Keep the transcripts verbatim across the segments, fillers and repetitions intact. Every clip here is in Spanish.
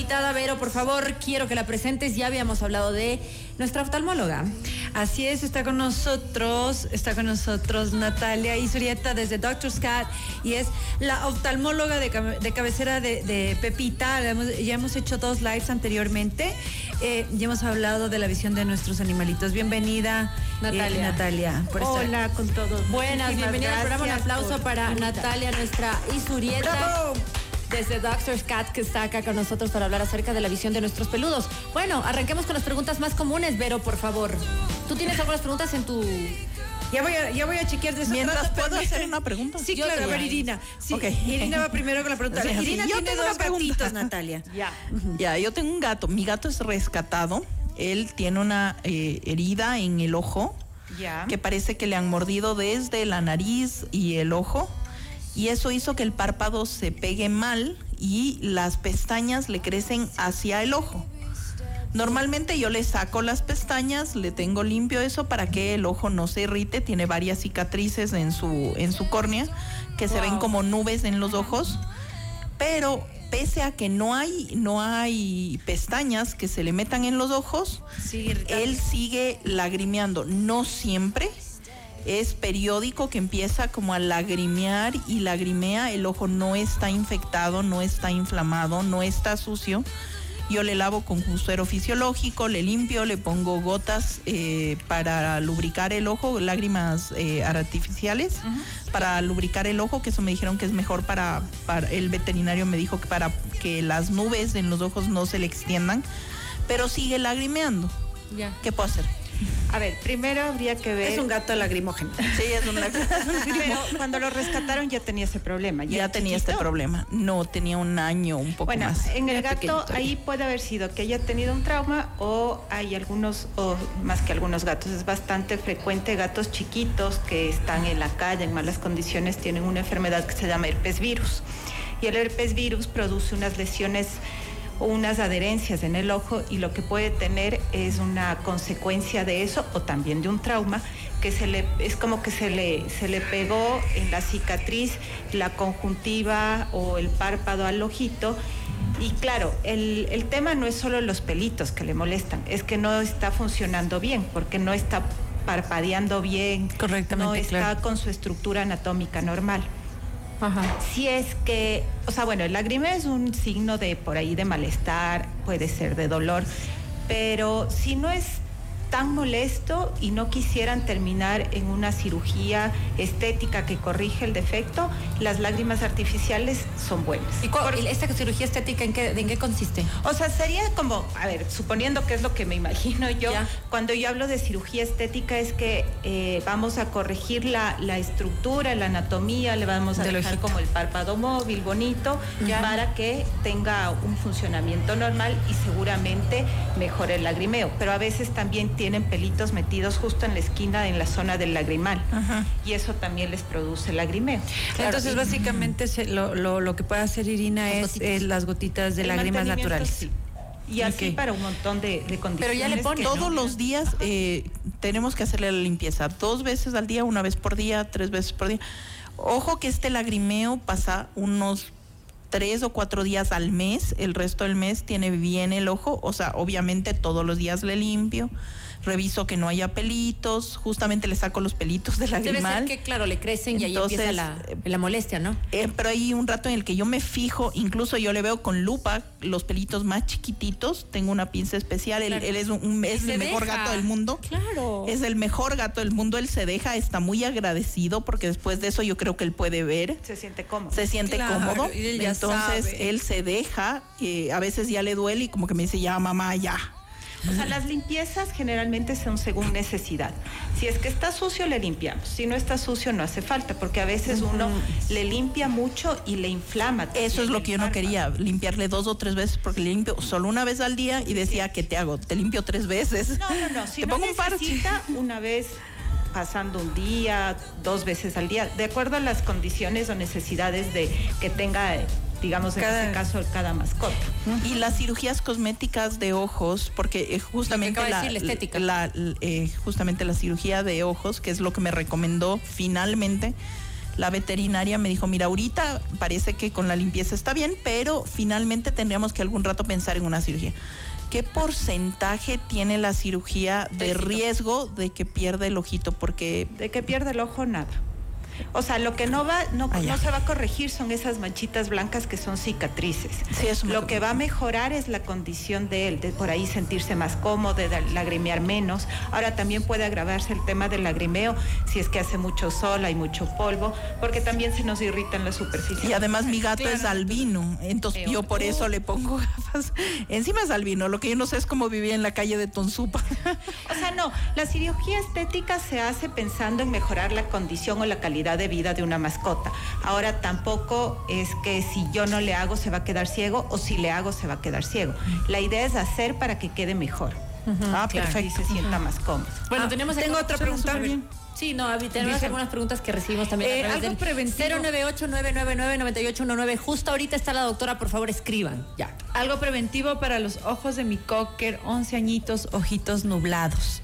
invitada, Vero, por favor, quiero que la presentes. Ya habíamos hablado de nuestra oftalmóloga. Así es, está con nosotros, está con nosotros Natalia Isurieta desde Doctor's Cat y es la oftalmóloga de, de cabecera de, de Pepita. Ya hemos, ya hemos hecho dos lives anteriormente eh, y hemos hablado de la visión de nuestros animalitos. Bienvenida, Natalia. Eh, Natalia por Hola estar. Con todos. Buenas, bienvenida al programa. Un aplauso para Natalia, nuestra Isurieta. ¡Bravo! Desde Doctor's Cat, que está acá con nosotros para hablar acerca de la visión de nuestros peludos. Bueno, arranquemos con las preguntas más comunes, Vero, por favor. ¿Tú tienes algunas preguntas en tu...? Ya voy a, ya voy a chequear de eso. Mientras, ¿puedo hacer una pregunta? Sí, Yo claro, a ver, voy. Irina. Sí, okay. Irina va primero con la pregunta. Sí, Irina sí, tiene dos gatitos, Natalia. Ya. Ya, yo tengo un gato. Mi gato es rescatado. Él tiene una eh, herida en el ojo. Ya. Que parece que le han mordido desde la nariz y el ojo. Y eso hizo que el párpado se pegue mal y las pestañas le crecen hacia el ojo. Normalmente yo le saco las pestañas, le tengo limpio eso para que el ojo no se irrite. Tiene varias cicatrices en su, en su córnea que wow. se ven como nubes en los ojos. Pero pese a que no hay, no hay pestañas que se le metan en los ojos, sí, él sigue lagrimeando. No siempre. Es periódico que empieza como a lagrimear y lagrimea. El ojo no está infectado, no está inflamado, no está sucio. Yo le lavo con suero fisiológico, le limpio, le pongo gotas eh, para lubricar el ojo, lágrimas eh, artificiales uh-huh. para lubricar el ojo, que eso me dijeron que es mejor para, para, el veterinario me dijo que para que las nubes en los ojos no se le extiendan, pero sigue lagrimeando. Ya. ¿Qué puedo hacer? A ver, primero habría que ver... Es un gato lagrimógeno. Sí, es un gato lagrimógeno. Pero cuando lo rescataron ya tenía ese problema. Ya, ya tenía chiquito? este problema. No, tenía un año, un poco bueno, más. Bueno, en el gato ahí puede haber sido que haya tenido un trauma o hay algunos, o más que algunos gatos, es bastante frecuente gatos chiquitos que están en la calle en malas condiciones, tienen una enfermedad que se llama herpes virus. Y el herpes virus produce unas lesiones o unas adherencias en el ojo y lo que puede tener es una consecuencia de eso o también de un trauma que se le es como que se le se le pegó en la cicatriz la conjuntiva o el párpado al ojito. Y claro, el, el tema no es solo los pelitos que le molestan, es que no está funcionando bien porque no está parpadeando bien, correctamente, no está claro. con su estructura anatómica normal. Ajá. Si es que, o sea, bueno, el lagrimeo es un signo de por ahí de malestar, puede ser de dolor, pero si no es tan molesto y no quisieran terminar en una cirugía estética que corrige el defecto, las lágrimas artificiales son buenas. ¿Y cuál, Por, esta cirugía estética en qué, en qué consiste? O sea, sería como, a ver, suponiendo que es lo que me imagino yo, ya. Cuando yo hablo de cirugía estética es que eh, vamos a corregir la, la estructura, la anatomía, le vamos a Del dejar ojito. como el párpado móvil, bonito, ya. Para que tenga un funcionamiento normal y seguramente mejore el lagrimeo. Pero a veces también tienen pelitos metidos justo en la esquina, en la zona del lagrimal. Ajá. Y eso también les produce lagrimeo. Claro, entonces, y, básicamente, se, lo, lo, lo que puede hacer Irina es, es las gotitas de lágrimas naturales. Sí. Y así okay. para un montón de, de condiciones. Pero ya le ponen. Todos no, los días eh, tenemos que hacerle la limpieza. Dos veces al día, una vez por día, tres veces por día. Ojo que este lagrimeo pasa unos tres o cuatro días al mes, el resto del mes tiene bien el ojo, o sea, obviamente todos los días le limpio, reviso que no haya pelitos, justamente le saco los pelitos del lagrimal. Debe ser que, claro, le crecen y Entonces, ahí empieza la, la molestia, ¿no? Eh, pero hay un rato en el que yo me fijo, incluso yo le veo con lupa los pelitos más chiquititos, tengo una pinza especial, claro. él, él es, un, es el mejor deja. gato del mundo. Claro. Es el mejor gato del mundo, él se deja, está muy agradecido porque después de eso yo creo que él puede ver. Se siente cómodo. Se siente claro, cómodo. Él ya Entonces sabe. él se deja, eh, a veces ya le duele y como que me dice, ya mamá, ya. O sea, las limpiezas generalmente son según necesidad. Si es que está sucio, le limpiamos. Si no está sucio, no hace falta, porque a veces uno uh-huh. le limpia mucho y le inflama. Eso es lo que yo no quería, limpiarle dos o tres veces, porque le limpio solo una vez al día y decía, sí. ¿qué te hago? Te limpio tres veces. No, no, no. Si te no pongo necesita, un una vez pasando un día, dos veces al día, de acuerdo a las condiciones o necesidades de que tenga, digamos, en cada, este caso, cada mascota. Y las cirugías cosméticas de ojos, porque eh, justamente la, decir, la estética. La, eh, justamente la cirugía de ojos, que es lo que me recomendó finalmente la veterinaria me dijo, mira, ahorita parece que con la limpieza está bien, pero finalmente tendríamos que algún rato pensar en una cirugía. ¿Qué porcentaje tiene la cirugía de riesgo de que pierda el ojito? Porque de que pierda el ojo, nada. O sea, lo que no va, no, no se va a corregir son esas manchitas blancas que son cicatrices. Sí, eso lo que va a mejorar es la condición de él, de por ahí sentirse más cómodo, de lagrimear menos. Ahora también puede agravarse el tema del lagrimeo si es que hace mucho sol, hay mucho polvo, porque también se nos irritan las superficies. Y además mi gato claro, es albino, entonces yo por eso le pongo gafas. Encima es albino, lo que yo no sé es cómo vivía en la calle de Tonsupa. O sea, no, la cirugía estética se hace pensando en mejorar la condición o la calidad de vida de una mascota. Ahora tampoco es que si yo no le hago se va a quedar ciego o si le hago se va a quedar ciego. La idea es hacer para que quede mejor. Uh-huh, ah, claro. Perfecto. Y se sienta uh-huh. más cómodo. Bueno, ah, tenemos tengo otra pregunta. Sí, no, tenemos Dice, algunas preguntas que recibimos también eh, a través del cero nueve ocho nueve nueve nueve nueve ocho uno nueve. Justo ahorita está la doctora, por favor, escriban. Ya. Algo preventivo para los ojos de mi cocker, once añitos, ojitos nublados.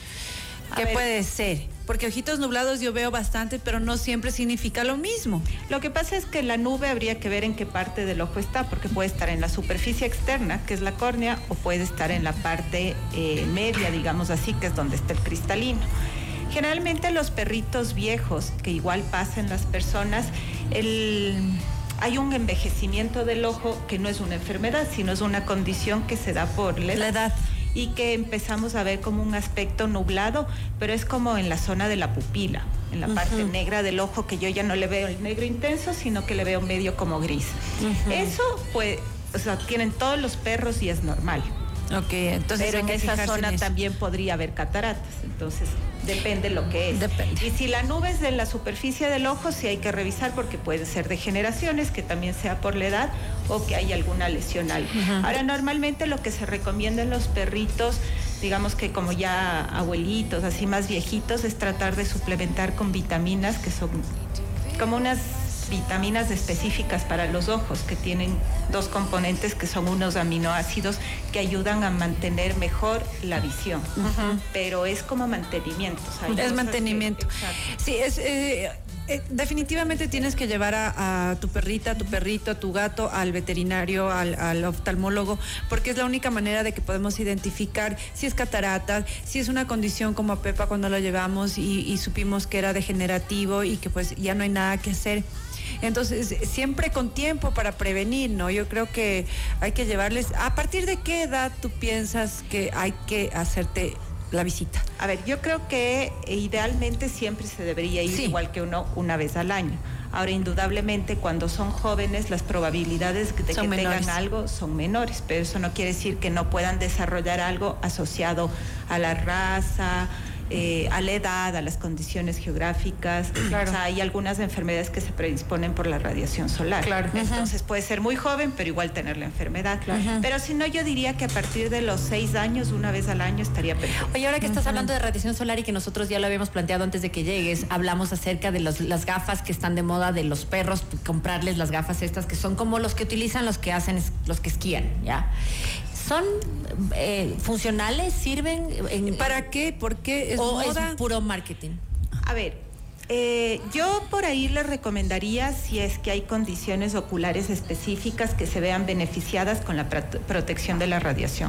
A ¿Qué ver. puede ser? Porque ojitos nublados yo veo bastante, pero no siempre significa lo mismo. Lo que pasa es que la nube habría que ver en qué parte del ojo está, porque puede estar en la superficie externa, que es la córnea, o puede estar en la parte eh, media, digamos así, que es donde está el cristalino. Generalmente los perritos viejos, que igual pasa en las personas, el... hay un envejecimiento del ojo que no es una enfermedad, sino es una condición que se da por la edad. La edad. Y que empezamos a ver como un aspecto nublado, pero es como en la zona de la pupila, en la uh-huh. parte negra del ojo, que yo ya no le veo el negro intenso, sino que le veo medio como gris. Uh-huh. Eso, pues, o sea, tienen todos los perros y es normal. Ok, entonces pero en esa zona en también podría haber cataratas, entonces depende lo que es. Depende. Y si la nube es de la superficie del ojo, sí hay que revisar porque pueden ser degeneraciones, que también sea por la edad o que hay alguna lesión algo. Uh-huh. Ahora, normalmente lo que se recomienda en los perritos, digamos que como ya abuelitos, así más viejitos, es tratar de suplementar con vitaminas que son como unas vitaminas específicas para los ojos, que tienen dos componentes que son unos aminoácidos que ayudan a mantener mejor la visión. Uh-huh. Pero es como mantenimiento. O sea, es mantenimiento. Que, sí, es... Eh, Eh, definitivamente tienes que llevar a, a tu perrita, a tu perrito, a tu gato al veterinario, al, al oftalmólogo, porque es la única manera de que podemos identificar si es catarata, si es una condición como a Pepa cuando lo llevamos y, y supimos que era degenerativo y que pues ya no hay nada que hacer. Entonces, siempre con tiempo para prevenir, ¿no? Yo creo que hay que llevarles... ¿A partir de qué edad tú piensas que hay que hacerte la visita? A ver, yo creo que idealmente siempre se debería ir sí. igual que uno una vez al año. Ahora, indudablemente, cuando son jóvenes, las probabilidades de son que menores. tengan algo son menores, pero eso no quiere decir que no puedan desarrollar algo asociado a la raza, eh, a la edad, a las condiciones geográficas. Claro. O sea, hay algunas enfermedades que se predisponen por la radiación solar. Claro. Entonces, uh-huh. puede ser muy joven, pero igual tener la enfermedad. Claro. Pero si no, yo diría que a partir de los seis años, una vez al año, estaría perfecto. Oye, ahora que estás uh-huh. hablando de radiación solar y que nosotros ya lo habíamos planteado antes de que llegues, hablamos acerca de los, las gafas que están de moda de los perros, comprarles las gafas estas que son como los que utilizan los que hacen, los que esquían, ¿ya? ¿Son eh, funcionales? ¿Sirven? En, ¿Para qué? ¿Por qué? ¿Es ¿O moda? es puro marketing? A ver, eh, yo por ahí les recomendaría, si es que hay condiciones oculares específicas, que se vean beneficiadas con la prote- protección de la radiación.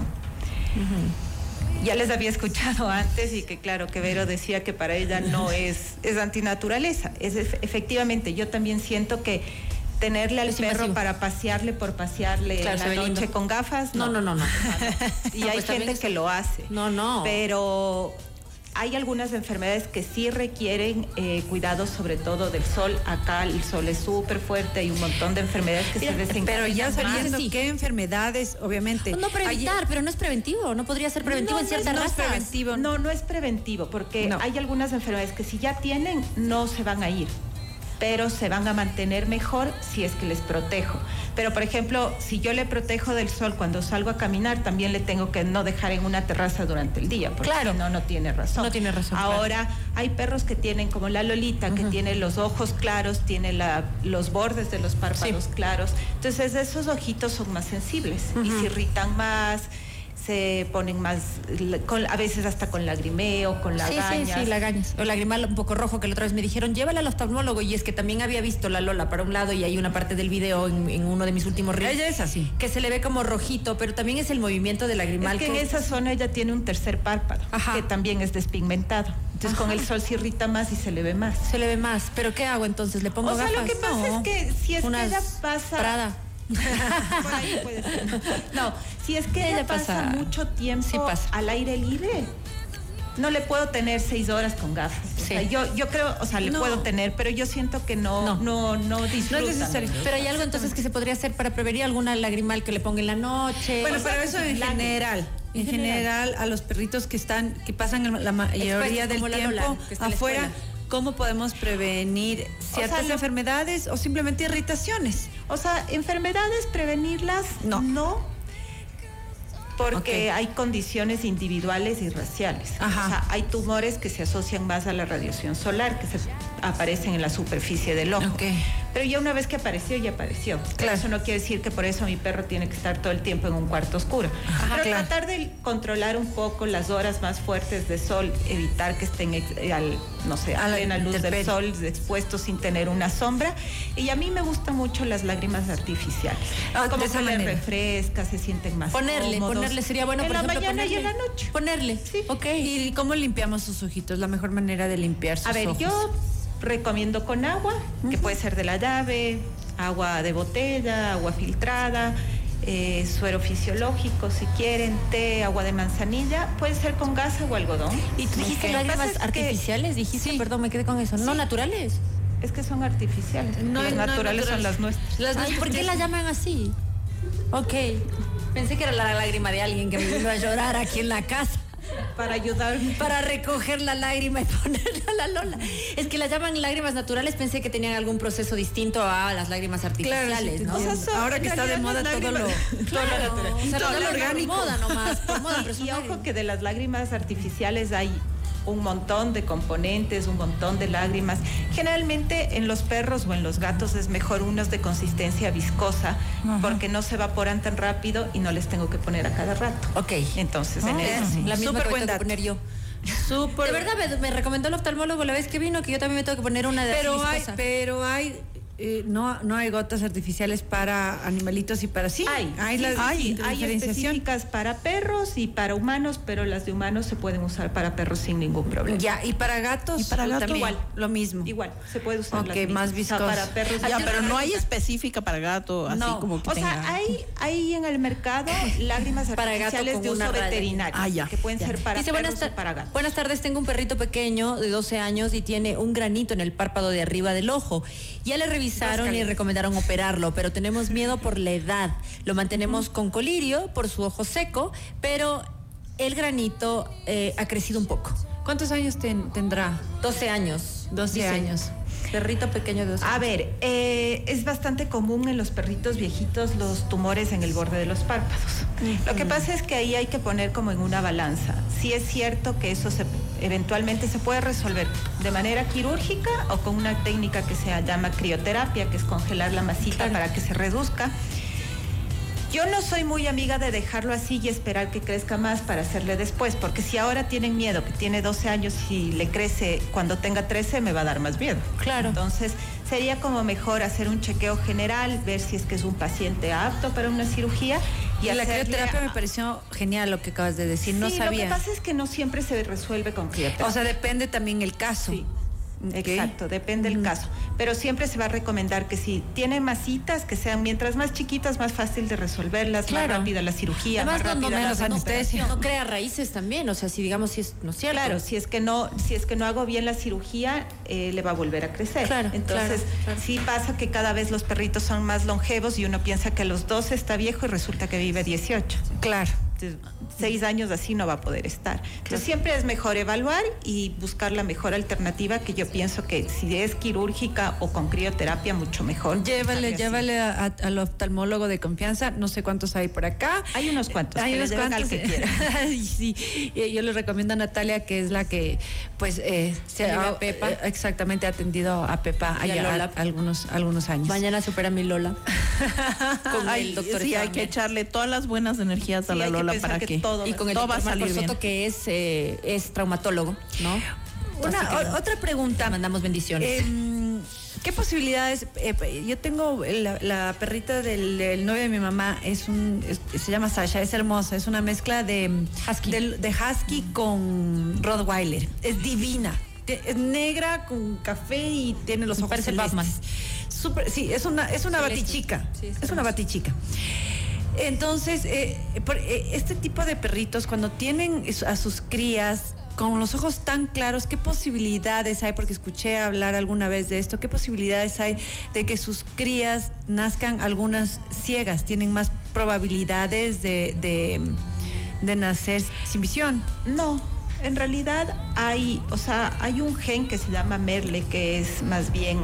Uh-huh. Ya les había escuchado antes y que claro, que Vero decía que para ella no es, es antinaturaleza. Es, efectivamente, yo también siento que tenerle al es perro invasivo. Para pasearle por pasearle claro, la noche lindo. Con gafas, no, no, no, no. no. Y no, hay pues gente que lo hace. No, no. Pero hay algunas enfermedades que sí requieren eh, cuidados, sobre todo del sol. Acá el sol es súper fuerte, hay un montón de enfermedades que Mira, se desencadenan. Pero ya sabiendo sí. qué enfermedades, obviamente. No, para evitar, hay... pero no es preventivo, no podría ser preventivo no, en ciertas no razas. Es preventivo. No, no es preventivo, porque no. hay algunas enfermedades que si ya tienen, no se van a ir, pero se van a mantener mejor si es que les protejo. Pero, por ejemplo, si yo le protejo del sol cuando salgo a caminar, también le tengo que no dejar en una terraza durante el día, porque claro. si no, no tiene razón. No tiene razón. Ahora, claro. hay perros que tienen, como la Lolita, que uh-huh. tiene los ojos claros, tiene la, los bordes de los párpados sí. claros. Entonces, esos ojitos son más sensibles uh-huh. y se irritan más. se ponen más, con, a veces hasta con lagrimeo, con lagañas. Sí, sí, sí, lagañas. O lagrimal un poco rojo, que la otra vez me dijeron, llévala al oftalmólogo, y es que también había visto la Lola para un lado, y hay una parte del video en, en uno de mis últimos reels. Ella es así. Que se le ve como rojito, pero también es el movimiento del lagrimal. Es que, que en esa zona ella tiene un tercer párpado, Ajá. que también es despigmentado. Entonces Ajá. con el sol se irrita más y se le ve más. Se le ve más. ¿Pero qué hago entonces? ¿Le pongo o sea, gafas? Lo que pasa no. es que si es Unas que ella pasa... Prada. Por ahí puede ser. No, si es que ella, ella pasa, pasa mucho tiempo sí pasa. al aire libre, no le puedo tener seis horas con gafas. Sí. O sea, yo, yo creo, o sea, le no. puedo tener, pero yo siento que no, no, no, no disfruta. No es necesario. Pero hay algo entonces que se podría hacer para prevenir alguna lagrimal que le ponga en la noche. Bueno, pero eso en general. En, en general, general, a los perritos que están, que pasan la mayoría del tiempo Lola, afuera. ¿Cómo podemos prevenir ciertas o sea, lo, enfermedades o simplemente irritaciones? O sea, enfermedades, prevenirlas, no. no porque okay. hay condiciones individuales y raciales. Ajá. O sea, hay tumores que se asocian más a la radiación solar, que se aparecen en la superficie del ojo. Okay. Pero ya una vez que apareció, ya apareció. Claro. Eso no quiere decir que por eso mi perro tiene que estar todo el tiempo en un cuarto oscuro. Ajá, Pero claro. tratar de controlar un poco las horas más fuertes de sol, evitar que estén ex, al, no sé, a plena luz del sol, expuestos sin tener una sombra. Y a mí me gustan mucho las lágrimas artificiales. Ah, como que les refresca, se sienten más Ponerle, cómodos. ponerle sería bueno, en por la ejemplo, mañana ponerle, y en la noche. Ponerle, sí. Ok. ¿Y cómo limpiamos sus ojitos? La mejor manera de limpiar sus ojos. A ver, ojos. yo recomiendo con agua, uh-huh. que puede ser de la llave, agua de botella, agua filtrada, eh, suero fisiológico si quieren, té, agua de manzanilla, puede ser con gasa o algodón. ¿Y tú dijiste lágrimas es artificiales? Que, dijiste, sí. Perdón, me quedé con eso. Sí. ¿No naturales? Es que son artificiales. No, las no, naturales no, son las nuestras. Las Ay, ¿por qué la llaman así? Ok. Pensé que era la lágrima de alguien que me vino a llorar aquí en la casa. Para ayudar. Para recoger la lágrima y ponerla a la Lola. Es que las llaman lágrimas naturales, pensé que tenían algún proceso distinto a las lágrimas artificiales, claro, sí, ¿no? O sea, ahora que está de moda todo lo, claro, todo lo natural. O sea, todo lo orgánico. Por moda nomás, por moda, y, y ojo que de las lágrimas artificiales hay un montón de componentes, un montón de lágrimas. Generalmente en los perros o en los gatos es mejor unos de consistencia viscosa, uh-huh. porque no se evaporan tan rápido y no les tengo que poner a cada rato. Ok. Entonces, oh, en eso sí. La misma que tengo que poner yo. Super. De verdad me, me recomendó el oftalmólogo la vez que vino que yo también me tengo que poner una de pero hay, viscosa. Pero hay Eh, no, no hay gotas artificiales para animalitos y para sí. Hay, hay, sí, las, hay, hay específicas para perros y para humanos, pero las de humanos se pueden usar para perros sin ningún problema. Ya, y para gatos, y para gatos también, igual, lo mismo. Igual, se puede usar. Ok, las más viscosa. O sea, para perros. Ya, pero no hay específica para gato, así no. como que O tenga... sea, hay, hay en el mercado lágrimas artificiales de uso veterinario, ah, ya, que pueden ya. ser para Dice, perros buenas o para gatos. Buenas tardes, tengo un perrito pequeño de doce años y tiene un granito en el párpado de arriba del ojo. Ya le revisaron y recomendaron operarlo, pero tenemos miedo por la edad. Lo mantenemos con colirio por su ojo seco, pero el granito eh, ha crecido un poco. ¿Cuántos años ten, tendrá? doce años. doce dice. años. Perrito pequeño de doce años. A ver, eh, es bastante común en los perritos viejitos los tumores en el borde de los párpados. Uh-huh. Lo que pasa es que ahí hay que poner como en una balanza. Sí es cierto que eso se, eventualmente se puede resolver de manera quirúrgica o con una técnica que se llama crioterapia, que es congelar la masita claro. para que se reduzca. Yo no soy muy amiga de dejarlo así y esperar que crezca más para hacerle después, porque si ahora tienen miedo, que tiene doce años y le crece cuando tenga trece, me va a dar más miedo. Claro. Entonces, sería como mejor hacer un chequeo general, ver si es que es un paciente apto para una cirugía. Y la crioterapia me pareció genial lo que acabas de decir, no sí, sabía. Lo que pasa es que no siempre se resuelve con crioterapia. O sea, depende también el caso. Sí. Okay. Exacto, depende del uh-huh. caso. Pero siempre se va a recomendar que si tiene masitas, que sean mientras más chiquitas, más fácil de resolverlas, claro. más rápida la cirugía, además, más rápida menos la anestesia. No crea raíces también, o sea, si digamos si es no es cierto. Claro, si es que no, si es que no hago bien la cirugía, eh, le va a volver a crecer. Claro, Entonces, claro, claro. sí pasa que cada vez los perritos son más longevos y uno piensa que a los doce está viejo y resulta que vive dieciocho. Claro. Entonces, seis años así no va a poder estar. Entonces siempre es mejor evaluar y buscar la mejor alternativa, que yo pienso que si es quirúrgica o con crioterapia, mucho mejor. Llévale, llévale a, a, al oftalmólogo de confianza, no sé cuántos hay por acá. Hay unos cuantos. Hay unos cuantos. Al que quiera. Sí, yo le recomiendo a Natalia, que es la que pues eh, se ha, a Pepa. Eh, exactamente ha atendido a Pepa y allá, a Lola. A, algunos, algunos años. Mañana supera a mi Lola. Con Ay, el doctor. Sí, hay que echarle todas las buenas energías a sí, la Lola para que, que todo Y va- con el todo va a doctor Marco salir bien. Soto, que es, eh, es traumatólogo, ¿no? Una, Así que o- otra pregunta. le mandamos bendiciones. Em, ¿Qué posibilidades? eh, yo tengo la, la perrita del, del novio de mi mamá, es un, es- se llama Sasha, es hermosa, es una mezcla de Husky. del- de husky con Rottweiler. Es divina. Te- Es negra con café y tiene los ojos Parece celestes. Batman. Súper- sí, es una, es una Celeste. batichica. Sí, es es una hermoso. batichica. Entonces, eh, por- eh, este tipo de perritos, cuando tienen a sus crías con los ojos tan claros, ¿qué posibilidades hay? Porque escuché hablar alguna vez de esto. ¿Qué posibilidades hay de que sus crías nazcan algunas ciegas? ¿Tienen más probabilidades de, de, de nacer sin visión? No, en realidad hay, o sea, hay un gen que se llama Merle, que es más bien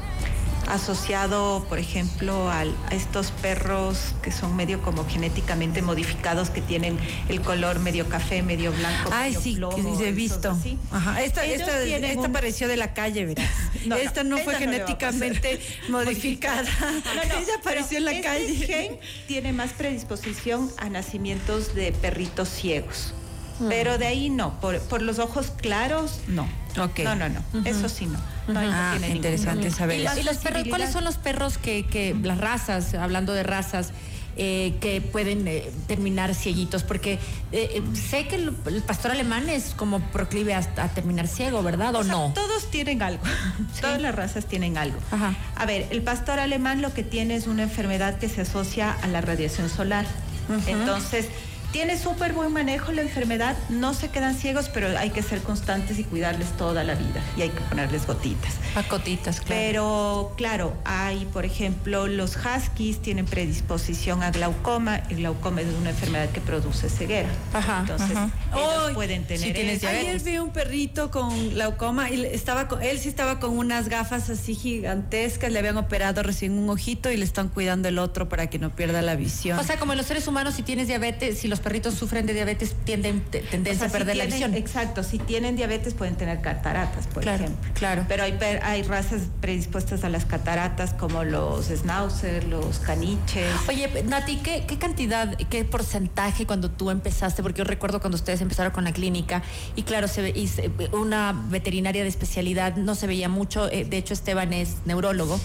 asociado, por ejemplo, al- a estos perros que son medio como genéticamente modificados, que tienen el color medio café, medio blanco. Ay, medio sí, plomo, que sí he esos visto. así. Ajá. Esta, Ellos esta, tienen esta un- apareció de la calle, verás. No, no, esta no fue ella no le va a pasar. genéticamente modificada. No, no, Ella apareció en la pero calle. este gen tiene más predisposición a nacimientos de perritos ciegos. Pero de ahí no, por, por los ojos claros, no. Ok. No, no, no. Eso sí no. No, no Ah, tiene ningún interesante problema. saber ¿Y, la- eso. y los perros, cuáles son los perros que, que las razas, hablando de razas, eh, que pueden eh, terminar cieguitos? Porque eh, eh, sé que el, el pastor alemán es como proclive a, a terminar ciego, ¿verdad? ¿O, O sea, no? todos tienen algo. Todas las razas tienen algo. Ajá. A ver, el pastor alemán lo que tiene es una enfermedad que se asocia a la radiación solar. Entonces, tiene súper buen manejo la enfermedad, no se quedan ciegos, pero hay que ser constantes y cuidarles toda la vida. Y hay que ponerles gotitas. Pacotitas, claro. Pero claro, hay, por ejemplo, los huskies tienen predisposición a glaucoma. El glaucoma es una enfermedad que produce ceguera. Ajá, Entonces, ajá. ellos Ay, pueden tener si tienes eso. diabetes. Ayer vi un perrito con glaucoma y le- estaba con, él sí estaba con unas gafas así gigantescas, le habían operado recién un ojito y le están cuidando el otro para que no pierda la visión. O sea, como en los seres humanos, si tienes diabetes, si los perritos sufren de diabetes, tienden te- O tendencia sea, a perder si la tienen- visión. Exacto, si tienen diabetes pueden tener cataratas, por Claro, ejemplo. claro. Pero hay, per- hay razas predispuestas a las cataratas como los schnauzer, los caniches. Oye, Nati, ¿qué, ¿qué cantidad, qué porcentaje cuando tú empezaste? Porque yo recuerdo cuando ustedes empezaron con la clínica y claro, se ve- y se- una veterinaria de especialidad no se veía mucho. eh, de hecho, Esteban es neurólogo.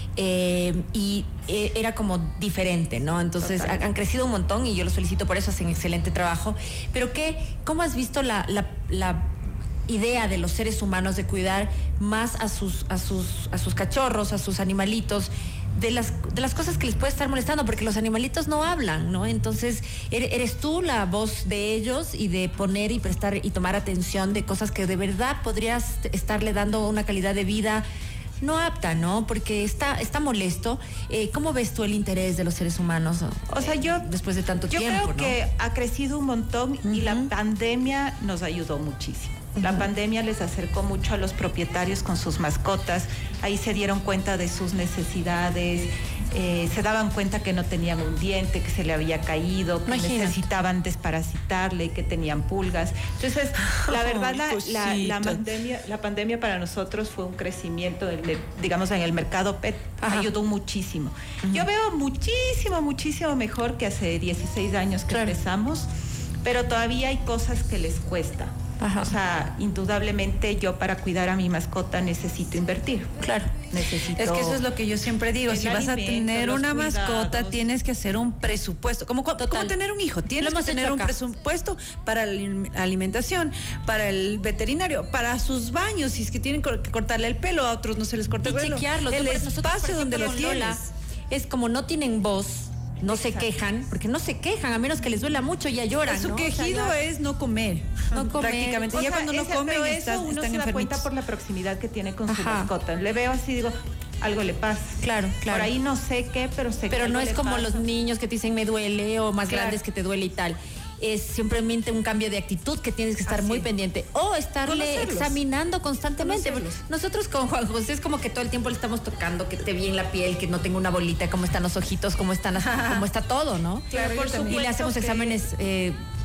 eh, y eh, era como diferente, ¿no? Entonces Total. han, han crecido un montón y yo los felicito por eso, hacen excelente trabajo. Pero ¿qué, cómo has visto la, la, la idea de los seres humanos de cuidar más a sus, a sus, a sus cachorros, a sus animalitos, de las, de las cosas que les puede estar molestando? Porque los animalitos no hablan, ¿no? Entonces, ere- eres tú la voz de ellos y de poner y prestar y tomar atención de cosas que de verdad podrías estarle dando una calidad de vida no apta, ¿no? Porque está, está molesto. Eh, ¿Cómo ves tú el interés de los seres humanos? O sea, eh, yo después de tanto yo tiempo, creo ¿no? que ha crecido un montón y la Ujú. pandemia nos ayudó muchísimo. La pandemia les acercó mucho a los propietarios con sus mascotas. Ahí se dieron cuenta de sus necesidades, eh, se daban cuenta que no tenían un diente, que se le había caído, que Imagínate. necesitaban desparasitarle, que tenían pulgas. Entonces, la verdad, la, Ay, la, la cosita. pandemia, la pandemia para nosotros fue un crecimiento, del- de- digamos, en el mercado pet, Ajá. ayudó muchísimo. Yo veo muchísimo, muchísimo mejor que hace dieciséis años que Claro. empezamos, pero todavía hay cosas que les cuesta. Ajá. O sea, indudablemente yo para cuidar a mi mascota necesito invertir. Claro. Necesito... Es que eso es lo que yo siempre digo, el si vas a alimento, tener los una cuidados. mascota, tienes que hacer un presupuesto, como, cu- Total. como tener un hijo, Lo tienes que hemos tener hecho un acá. presupuesto para la alim- alimentación, para el veterinario, para sus baños, si es que tienen cor- que cortarle el pelo, a otros no se les corta Y el pelo, chequearlos. el Yo, por ejemplo, nosotros, por espacio donde ejemplo, lo con Lola, tienes. es como no tienen voz, no se Exacto. quejan, porque no se quejan, a menos que les duela mucho, ya lloran, Su ¿no? O sea, quejido ya- es no comer, No comer. prácticamente. O Ya sea, cuando no ese- comen pero estás- eso uno están se da enfermitos. cuenta por la proximidad que tiene con su Ajá. mascota. Le veo así y digo, algo le pasa. Claro, claro. Por ahí no sé qué, pero sé que Pero no algo es le como pasa. los niños que te dicen me duele o más Claro. grandes que te duele y tal. Es simplemente un cambio de actitud que tienes que estar Así. muy pendiente o estarle Conocerlos. examinando constantemente. Conocerlos. Nosotros con Juan José es como que todo el tiempo le estamos tocando que esté bien la piel, que no tenga una bolita, cómo están los ojitos, cómo están, cómo está todo, ¿no? Claro, por yo también. Y le hacemos supuesto que- exámenes eh,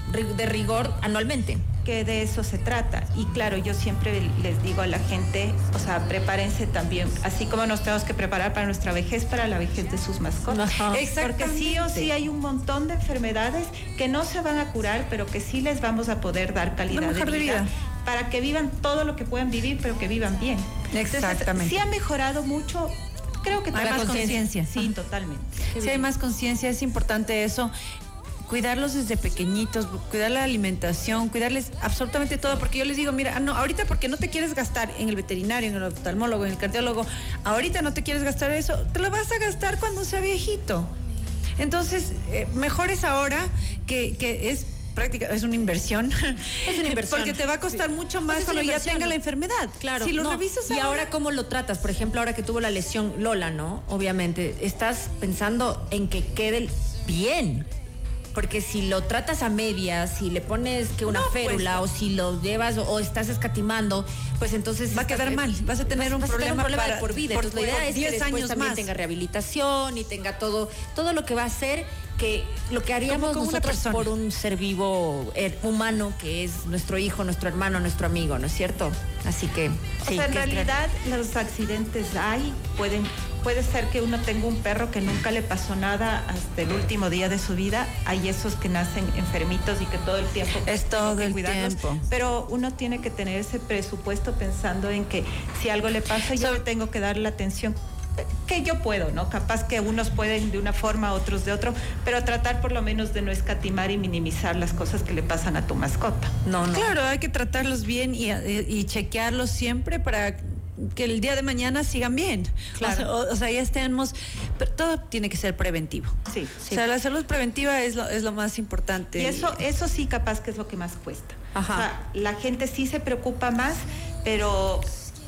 de rigor anualmente. Que de eso se trata. Y claro, yo siempre les digo a la gente, o sea, prepárense también, así como nos tenemos que preparar para nuestra vejez, para la vejez de sus mascotas. Ajá. Porque sí o sí hay un montón de enfermedades que no se van a curar, pero que sí les vamos a poder dar calidad de vida, de vida para que vivan todo lo que puedan vivir, pero que vivan bien. Exactamente. Entonces, sí ha mejorado mucho. Creo que hay más conciencia. Sí, totalmente. Sí, hay más conciencia, es importante eso. Cuidarlos desde pequeñitos, cuidar la alimentación, cuidarles absolutamente todo, porque yo les digo, mira, no, ahorita porque no te quieres gastar en el veterinario, en el oftalmólogo, en el cardiólogo, ahorita no te quieres gastar eso, te lo vas a gastar cuando sea viejito. Entonces, eh, mejor es ahora que, que es práctica, es una inversión. Es una inversión. Porque te va a costar sí. mucho más pues cuando ya tenga la enfermedad. Claro. Si lo no. revisas ahora. Y ahora, ahora, ¿cómo lo tratas? Por ejemplo, ahora que tuvo la lesión Lola, ¿no? Obviamente, estás pensando en que quede bien. Porque si lo tratas a medias, si le pones que una no, férula pues, o si lo llevas o, o estás escatimando, pues entonces va a quedar mal, vas a tener vas, un, vas problema a tener un problema para, de por vida. Por, entonces la idea es que después años también más. tenga rehabilitación y tenga todo, todo lo que va a hacer que lo que haríamos como, como nosotros por un ser vivo eh, humano que es nuestro hijo, nuestro hermano, nuestro amigo, ¿no es cierto? Así que o sí, sea, en que realidad es... los accidentes hay, pueden puede ser que uno tenga un perro que nunca le pasó nada hasta el último día de su vida. Hay esos que nacen enfermitos y que todo el tiempo es todo el tiempo. Pero uno tiene que tener ese presupuesto pensando en que si algo le pasa, yo so, le tengo que dar la atención que yo puedo, ¿no? Capaz que unos pueden de una forma, otros de otro, pero tratar por lo menos de no escatimar y minimizar las cosas que le pasan a tu mascota. No, no. Claro, hay que tratarlos bien y, y chequearlos siempre para que el día de mañana sigan bien. Claro. O sea, o, o sea ya estemos, pero todo tiene que ser preventivo. Sí, sí. O sea, la salud preventiva es lo, es lo más importante. Y eso, eso sí capaz que es lo que más cuesta. Ajá. O sea, la gente sí se preocupa más, pero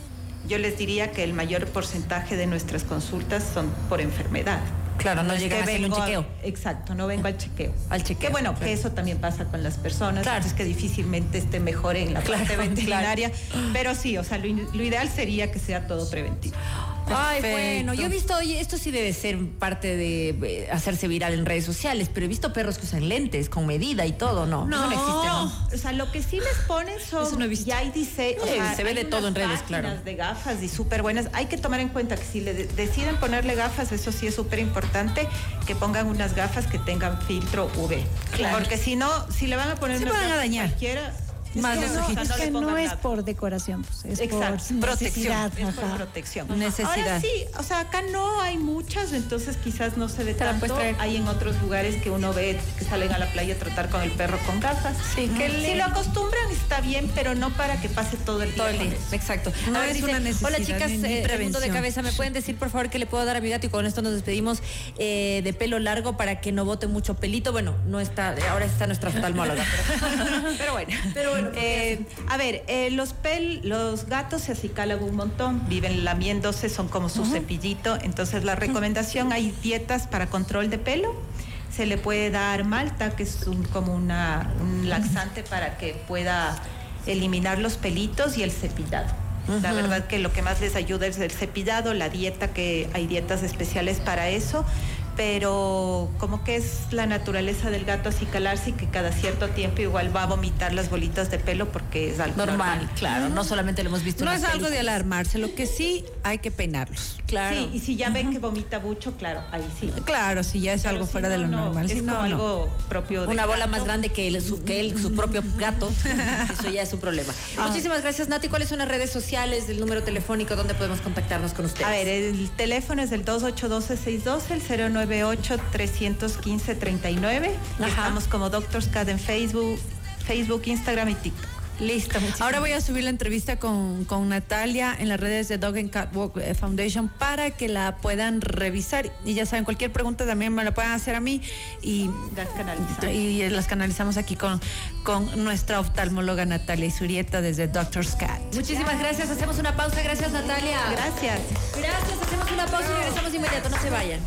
yo les diría que el mayor porcentaje de nuestras consultas son por enfermedad. Claro, no, no llegan a hacer un chequeo. A, exacto, no vengo al chequeo. Al chequeo. Que bueno, claro. que eso también pasa con las personas, claro. es que difícilmente esté mejor en la claro, parte veterinaria, claro. pero sí, o sea, lo, lo ideal sería que sea todo preventivo. Ay, bueno, yo he visto, oye, esto sí debe ser parte de eh, hacerse viral en redes sociales, pero he visto perros que usan lentes con medida y todo, ¿no? No, eso no existe, ¿no? O sea, lo que sí les ponen son, no he visto. ya hay dice, o sí, sea, se ve de todo en redes, claro. de gafas y súper buenas. Hay que tomar en cuenta que si le de deciden ponerle gafas, eso sí es súper importante, que pongan unas gafas que tengan filtro U V. Claro. Porque si no, si le van a poner se unas van a gafas dañar. Cualquiera, Es más que de no, ojitos. es, que no, no es nada. por decoración, pues es Exacto. por necesidad. Protección, es por ajá. protección. Necesidad. Ahora sí, o sea, acá no hay muchas, entonces quizás no se ve Te la tanto. puedes traer. Hay en otros lugares que uno ve que salen a la playa a tratar con el perro con gafas. Sí, que si lo acostumbran está bien, pero no para que pase todo el día. Todo el día, exacto. No a ver, es dice, una necesidad, hola chicas, ni, ni eh, prevención. Mundo de Cabeza, ¿me pueden decir por favor qué le puedo dar a mi gato? Y con esto nos despedimos, eh, de pelo largo para que no bote mucho pelito. Bueno, no está, ahora está nuestra oftalmóloga. Pero, pero bueno. Pero bueno, eh, a ver, eh, los pel, los gatos se acicalan un montón, viven lamiéndose, son como su uh-huh. cepillito. Entonces la recomendación, hay dietas para control de pelo. Se le puede dar malta, que es un, como una, un laxante para que pueda eliminar los pelitos, y el cepillado. Uh-huh. La verdad que lo que más les ayuda es el cepillado, la dieta, que hay dietas especiales para eso. Pero como que es la naturaleza del gato acicalarse y que cada cierto tiempo igual va a vomitar las bolitas de pelo porque es algo normal. Normal, claro, no solamente lo hemos visto. No en es las algo películas. de alarmarse, lo que sí hay que peinarlos. Claro. Sí, y si ya uh-huh. ven que vomita mucho, claro, ahí sí. Claro, si ya es Pero algo si fuera no, de lo no, normal. Es si como no, algo no. propio de una bola gato. más grande que él, su, que él, su propio gato. Eso ya es un problema. Ah. Muchísimas gracias, Nati. ¿Cuáles son las redes sociales, el número telefónico, donde podemos contactarnos con ustedes? A ver, el teléfono es el dos ocho uno dos seis uno dos, el cero nueve ocho tres uno cinco tres nueve. Estamos como Doctors Cat en Facebook, Facebook, Instagram y TikTok. Listo. Ahora voy a subir la entrevista con, con Natalia en las redes de Dog and Cat Walk Foundation para que la puedan revisar. Y ya saben, cualquier pregunta también me la pueden hacer a mí y las canalizamos, y las canalizamos aquí con, con nuestra oftalmóloga Natalia Isurieta desde Doctors Cat. Muchísimas gracias. Hacemos una pausa. Gracias, Natalia. Gracias. Gracias. Hacemos una pausa y regresamos de inmediato. No se vayan.